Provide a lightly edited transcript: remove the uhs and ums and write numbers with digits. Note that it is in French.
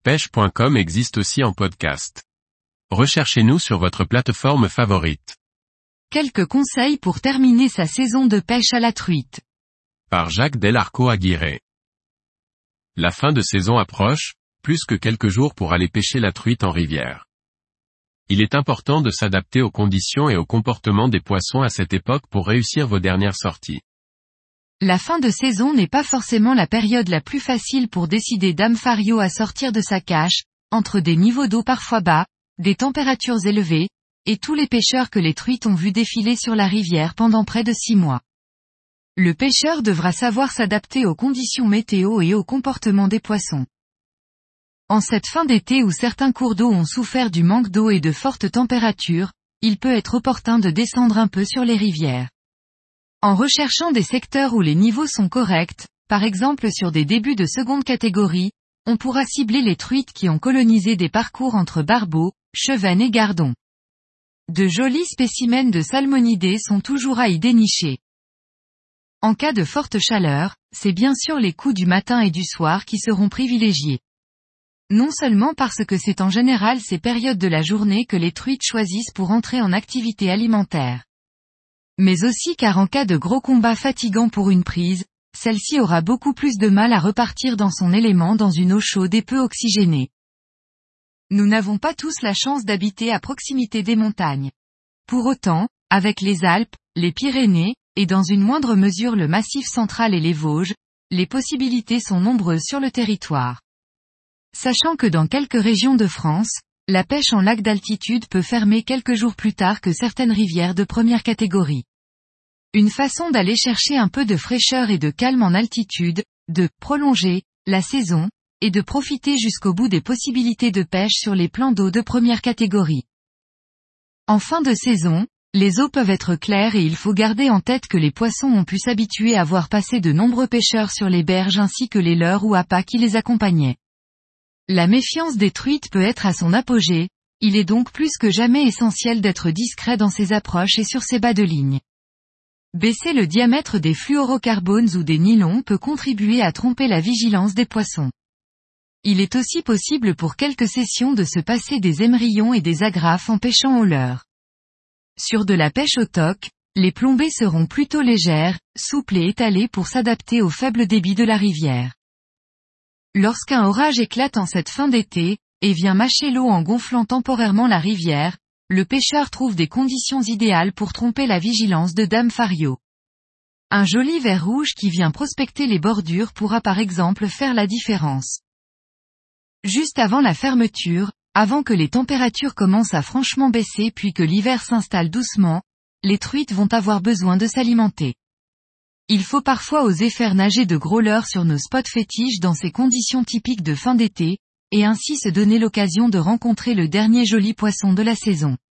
pêche.com existe aussi en podcast. Recherchez-nous sur votre plateforme favorite. Quelques conseils pour terminer sa saison de pêche à la truite. Par Jacques Delarco-Aguirre. La fin de saison approche, plus que quelques jours pour aller pêcher la truite en rivière. Il est important de s'adapter aux conditions et au comportement des poissons à cette époque pour réussir vos dernières sorties. La fin de saison n'est pas forcément la période la plus facile pour décider Dame Fario à sortir de sa cache, entre des niveaux d'eau parfois bas, des températures élevées, et tous les pêcheurs que les truites ont vu défiler sur la rivière pendant près de 6 mois. Le pêcheur devra savoir s'adapter aux conditions météo et au comportement des poissons. En cette fin d'été où certains cours d'eau ont souffert du manque d'eau et de fortes températures, il peut être opportun de descendre un peu sur les rivières. En recherchant des secteurs où les niveaux sont corrects, par exemple sur des débuts de seconde catégorie, on pourra cibler les truites qui ont colonisé des parcours entre Barbeau, Chevennes et Gardon. De jolis spécimens de salmonidés sont toujours à y dénicher. En cas de forte chaleur, c'est bien sûr les coups du matin et du soir qui seront privilégiés. Non seulement parce que c'est en général ces périodes de la journée que les truites choisissent pour entrer en activité alimentaire. Mais aussi car en cas de gros combat fatigant pour une prise, celle-ci aura beaucoup plus de mal à repartir dans son élément dans une eau chaude et peu oxygénée. Nous n'avons pas tous la chance d'habiter à proximité des montagnes. Pour autant, avec les Alpes, les Pyrénées, et dans une moindre mesure le Massif central et les Vosges, les possibilités sont nombreuses sur le territoire. Sachant que dans quelques régions de France, la pêche en lac d'altitude peut fermer quelques jours plus tard que certaines rivières de première catégorie. Une façon d'aller chercher un peu de fraîcheur et de calme en altitude, de prolonger la saison, et de profiter jusqu'au bout des possibilités de pêche sur les plans d'eau de première catégorie. En fin de saison, les eaux peuvent être claires et il faut garder en tête que les poissons ont pu s'habituer à voir passer de nombreux pêcheurs sur les berges ainsi que les leurres ou appâts qui les accompagnaient. La méfiance des truites peut être à son apogée, il est donc plus que jamais essentiel d'être discret dans ses approches et sur ses bas de ligne. Baisser le diamètre des fluorocarbones ou des nylons peut contribuer à tromper la vigilance des poissons. Il est aussi possible pour quelques sessions de se passer des émerillons et des agrafes en pêchant au leurre. Sur de la pêche au toc, les plombées seront plutôt légères, souples et étalées pour s'adapter au faible débit de la rivière. Lorsqu'un orage éclate en cette fin d'été, et vient mâcher l'eau en gonflant temporairement la rivière, le pêcheur trouve des conditions idéales pour tromper la vigilance de Dame Fario. Un joli ver rouge qui vient prospecter les bordures pourra par exemple faire la différence. Juste avant la fermeture, avant que les températures commencent à franchement baisser puis que l'hiver s'installe doucement, les truites vont avoir besoin de s'alimenter. Il faut parfois oser faire nager de gros leurres sur nos spots fétiches dans ces conditions typiques de fin d'été, et ainsi se donner l'occasion de rencontrer le dernier joli poisson de la saison.